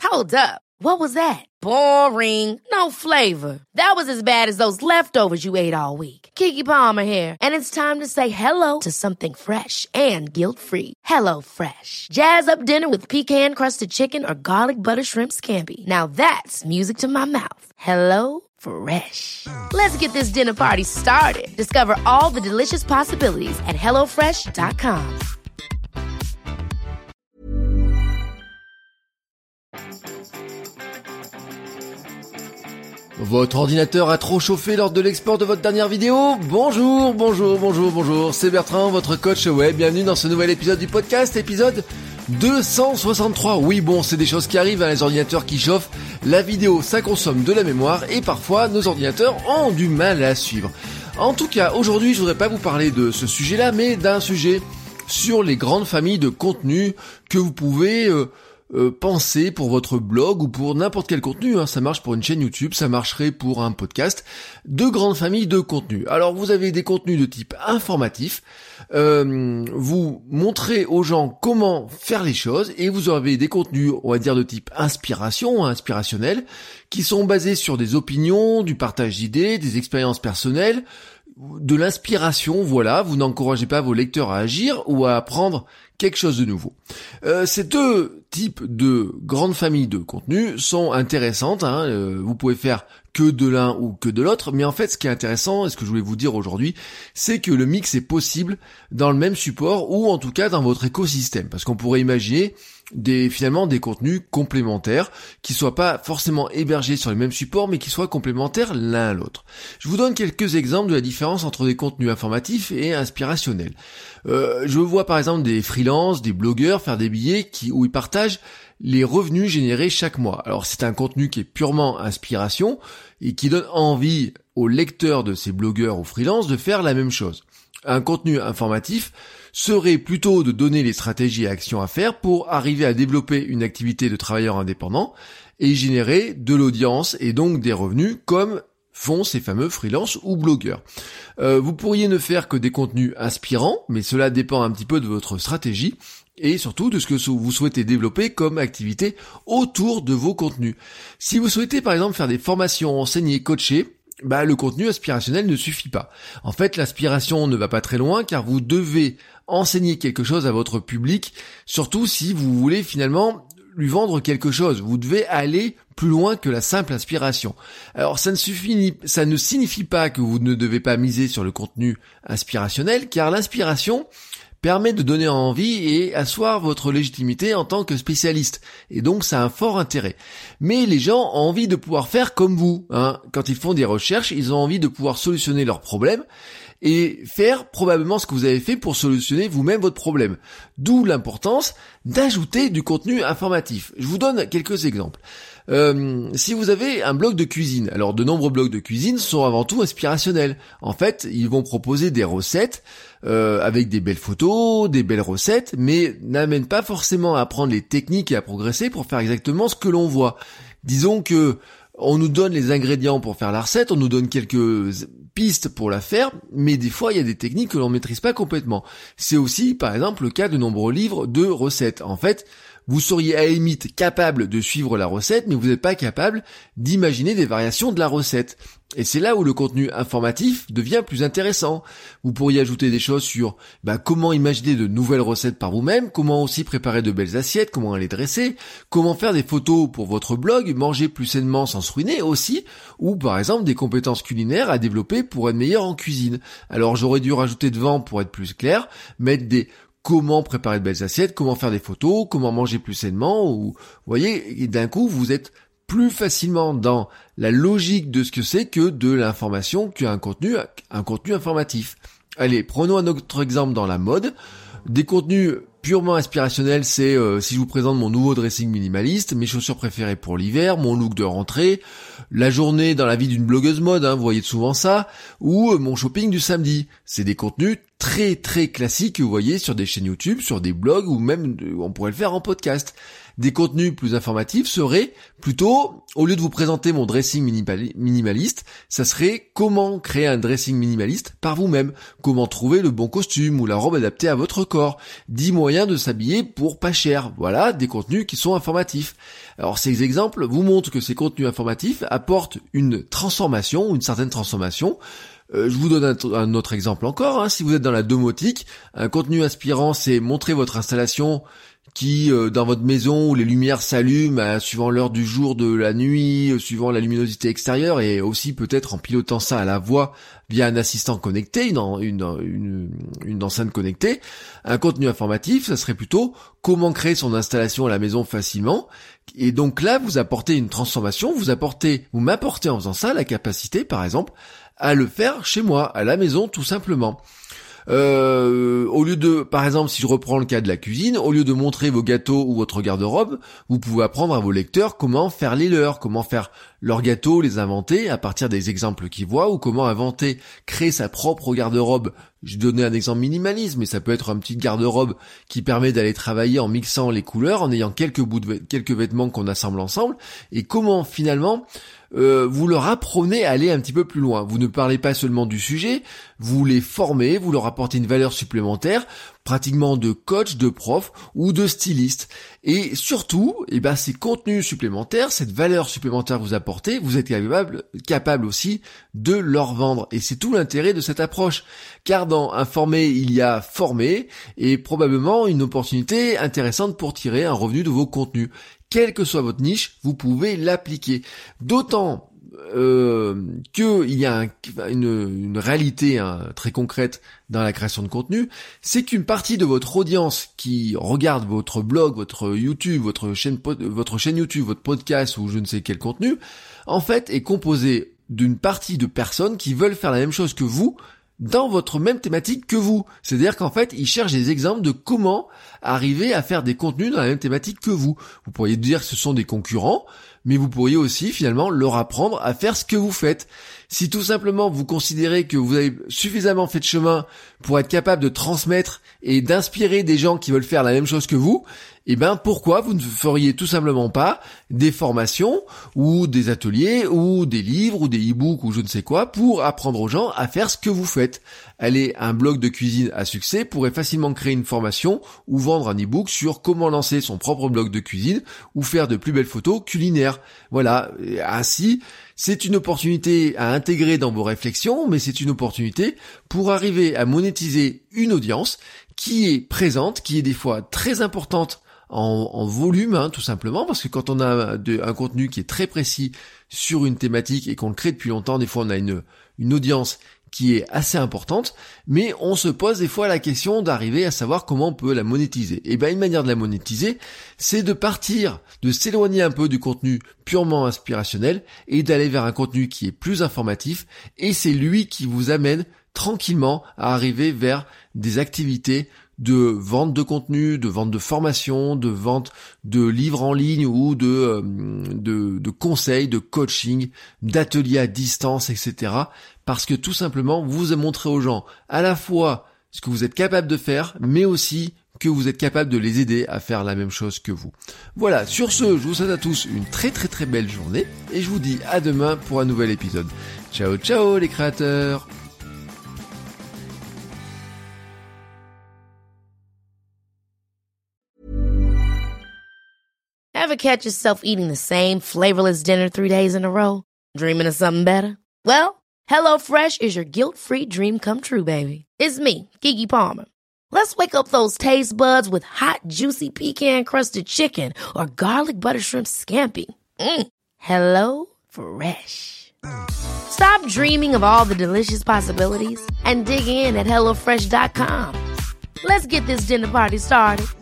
Hold up. What was that? Boring. No flavor. That was as bad as those leftovers you ate all week. Keke Palmer here, and it's time to say hello to something fresh and guilt-free. Hello Fresh. Jazz up dinner with pecan-crusted chicken or garlic butter shrimp scampi. Now that's music to my mouth. Hello Fresh. Let's get this dinner party started. Discover all the delicious possibilities at hellofresh.com. Votre ordinateur a trop chauffé lors de l'export de votre dernière vidéo ? Bonjour, c'est Bertrand, votre coach web. Bienvenue dans ce nouvel épisode du podcast, épisode 263. Oui, bon, c'est des choses qui arrivent à les ordinateurs qui chauffent. La vidéo, ça consomme de la mémoire et parfois nos ordinateurs ont du mal à suivre. En tout cas, aujourd'hui, je voudrais pas vous parler de ce sujet-là, mais d'un sujet sur les grandes familles de contenu que vous pouvez penser pour votre blog ou pour n'importe quel contenu, ça marche pour une chaîne YouTube, ça marcherait pour un podcast, de grandes familles de contenus. Alors vous avez des contenus de type informatif, vous montrez aux gens comment faire les choses, et vous avez des contenus, on va dire de type inspirationnel, qui sont basés sur des opinions, du partage d'idées, des expériences personnelles, de l'inspiration, voilà, vous n'encouragez pas vos lecteurs à agir ou à apprendre quelque chose de nouveau. Ces deux types de grandes familles de contenus sont intéressantes, vous pouvez faire que de l'un ou que de l'autre, mais en fait ce qui est intéressant, et ce que je voulais vous dire aujourd'hui, c'est que le mix est possible dans le même support ou en tout cas dans votre écosystème, parce qu'on pourrait imaginer finalement des contenus complémentaires qui soient pas forcément hébergés sur les mêmes supports mais qui soient complémentaires l'un à l'autre. Je vous donne quelques exemples de la différence entre des contenus informatifs et inspirationnels. Je vois par exemple des freelances, des blogueurs faire des billets où ils partagent les revenus générés chaque mois. Alors c'est un contenu qui est purement inspiration et qui donne envie aux lecteurs de ces blogueurs ou freelances de faire la même chose. Un contenu informatif serait plutôt de donner les stratégies et actions à faire pour arriver à développer une activité de travailleur indépendant et générer de l'audience et donc des revenus comme font ces fameux freelances ou blogueurs. Vous pourriez ne faire que des contenus inspirants, mais cela dépend un petit peu de votre stratégie et surtout de ce que vous souhaitez développer comme activité autour de vos contenus. Si vous souhaitez par exemple faire des formations, enseigner, coacher, le contenu inspirationnel ne suffit pas. En fait, l'inspiration ne va pas très loin car vous devez enseigner quelque chose à votre public, surtout si vous voulez finalement lui vendre quelque chose. Vous devez aller plus loin que la simple inspiration. Alors ça ne signifie pas que vous ne devez pas miser sur le contenu inspirationnel, car l'inspiration permet de donner envie et asseoir votre légitimité en tant que spécialiste. Et donc ça a un fort intérêt. Mais les gens ont envie de pouvoir faire comme vous. Quand ils font des recherches, ils ont envie de pouvoir solutionner leurs problèmes et faire probablement ce que vous avez fait pour solutionner vous-même votre problème. D'où l'importance d'ajouter du contenu informatif. Je vous donne quelques exemples. Si vous avez un blog de cuisine, alors de nombreux blogs de cuisine sont avant tout inspirationnels. En fait, ils vont proposer des recettes avec des belles photos, des belles recettes, mais n'amènent pas forcément à apprendre les techniques et à progresser pour faire exactement ce que l'on voit. Disons que on nous donne les ingrédients pour faire la recette, on nous donne quelques pistes pour la faire, mais des fois il y a des techniques que l'on maîtrise pas complètement. C'est aussi par exemple le cas de nombreux livres de recettes. En fait, vous seriez à la limite capable de suivre la recette, mais vous n'êtes pas capable d'imaginer des variations de la recette. Et c'est là où le contenu informatif devient plus intéressant. Vous pourriez ajouter des choses sur comment imaginer de nouvelles recettes par vous-même, comment aussi préparer de belles assiettes, comment les dresser, comment faire des photos pour votre blog, manger plus sainement sans se ruiner aussi, ou par exemple des compétences culinaires à développer pour être meilleur en cuisine. Alors j'aurais dû rajouter devant pour être plus clair, mettre des comment préparer de belles assiettes, comment faire des photos, comment manger plus sainement, ou vous voyez, et d'un coup vous êtes plus facilement dans la logique de ce que c'est que de l'information qu'un contenu informatif. Allez, prenons un autre exemple dans la mode. Des contenus purement inspirationnels, c'est si je vous présente mon nouveau dressing minimaliste, mes chaussures préférées pour l'hiver, mon look de rentrée, la journée dans la vie d'une blogueuse mode, vous voyez souvent ça, ou mon shopping du samedi. C'est des contenus très très classiques que vous voyez sur des chaînes YouTube, sur des blogs, ou même on pourrait le faire en podcast. Des contenus plus informatifs seraient plutôt, au lieu de vous présenter mon dressing minimaliste, ça serait comment créer un dressing minimaliste par vous-même, comment trouver le bon costume ou la robe adaptée à votre corps, 10 moyen de s'habiller pour pas cher. Voilà, des contenus qui sont informatifs. Alors ces exemples vous montrent que ces contenus informatifs apportent une certaine transformation. Je vous donne un autre exemple encore. Si vous êtes dans la domotique, un contenu inspirant, c'est montrer votre installation qui, dans votre maison où les lumières s'allument suivant l'heure du jour, de la nuit, suivant la luminosité extérieure, et aussi peut-être en pilotant ça à la voix via un assistant connecté, une enceinte connectée. Un contenu informatif, ça serait plutôt comment créer son installation à la maison facilement. Et donc là, vous apportez une transformation, vous m'apportez en faisant ça la capacité, par exemple, à le faire chez moi, à la maison, tout simplement. Au lieu de, par exemple, si je reprends le cas de la cuisine, au lieu de montrer vos gâteaux ou votre garde-robe, vous pouvez apprendre à vos lecteurs comment faire comment faire leurs gâteaux, les inventer à partir des exemples qu'ils voient, ou comment créer sa propre garde-robe. Je donnais un exemple minimaliste, mais ça peut être un petit garde-robe qui permet d'aller travailler en mixant les couleurs, en ayant quelques vêtements qu'on assemble ensemble, et comment finalement vous leur apprenez à aller un petit peu plus loin. Vous ne parlez pas seulement du sujet, vous les formez, vous leur apportez une valeur supplémentaire, pratiquement de coach, de prof ou de styliste. Et surtout, ces contenus supplémentaires, cette valeur supplémentaire que vous apportez, vous êtes capable aussi de leur vendre. Et c'est tout l'intérêt de cette approche. Car dans informer, il y a former, et probablement une opportunité intéressante pour tirer un revenu de vos contenus. Quelle que soit votre niche, vous pouvez l'appliquer. D'autant qu'il y a une réalité très concrète dans la création de contenu, c'est qu'une partie de votre audience qui regarde votre blog, votre YouTube, votre chaîne YouTube, votre podcast ou je ne sais quel contenu, en fait est composée d'une partie de personnes qui veulent faire la même chose que vous, dans votre même thématique que vous. C'est-à-dire qu'en fait, ils cherchent des exemples de comment arriver à faire des contenus dans la même thématique que vous. Vous pourriez dire que ce sont des concurrents, mais vous pourriez aussi finalement leur apprendre à faire ce que vous faites. Si tout simplement vous considérez que vous avez suffisamment fait de chemin pour être capable de transmettre et d'inspirer des gens qui veulent faire la même chose que vous, pourquoi vous ne feriez tout simplement pas des formations ou des ateliers ou des livres ou des e-books ou je ne sais quoi pour apprendre aux gens à faire ce que vous faites. Allez, un blog de cuisine à succès pourrait facilement créer une formation ou vendre un e-book sur comment lancer son propre blog de cuisine ou faire de plus belles photos culinaires. Voilà, ainsi, c'est une opportunité à intégrer dans vos réflexions, mais c'est une opportunité pour arriver à monétiser une audience qui est présente, qui est des fois très importante en volume, tout simplement, parce que quand on a un contenu qui est très précis sur une thématique et qu'on le crée depuis longtemps, des fois on a une audience qui est assez importante, mais on se pose des fois la question d'arriver à savoir comment on peut la monétiser. Et une manière de la monétiser, c'est de s'éloigner un peu du contenu purement inspirationnel et d'aller vers un contenu qui est plus informatif, et c'est lui qui vous amène tranquillement à arriver vers des activités de vente de contenu, de vente de formation, de vente de livres en ligne ou de conseils, de coaching, d'ateliers à distance, etc. Parce que tout simplement, vous montrez aux gens à la fois ce que vous êtes capable de faire, mais aussi que vous êtes capable de les aider à faire la même chose que vous. Voilà, sur ce, je vous souhaite à tous une très très très belle journée et je vous dis à demain pour un nouvel épisode. Ciao ciao les créateurs! Ever catch yourself eating the same flavorless dinner 3 days in a row? Dreaming of something better? Well, HelloFresh is your guilt-free dream come true, baby. It's me, Keke Palmer. Let's wake up those taste buds with hot, juicy pecan-crusted chicken or garlic butter shrimp scampi. Hello Fresh. Stop dreaming of all the delicious possibilities and dig in at HelloFresh.com. Let's get this dinner party started.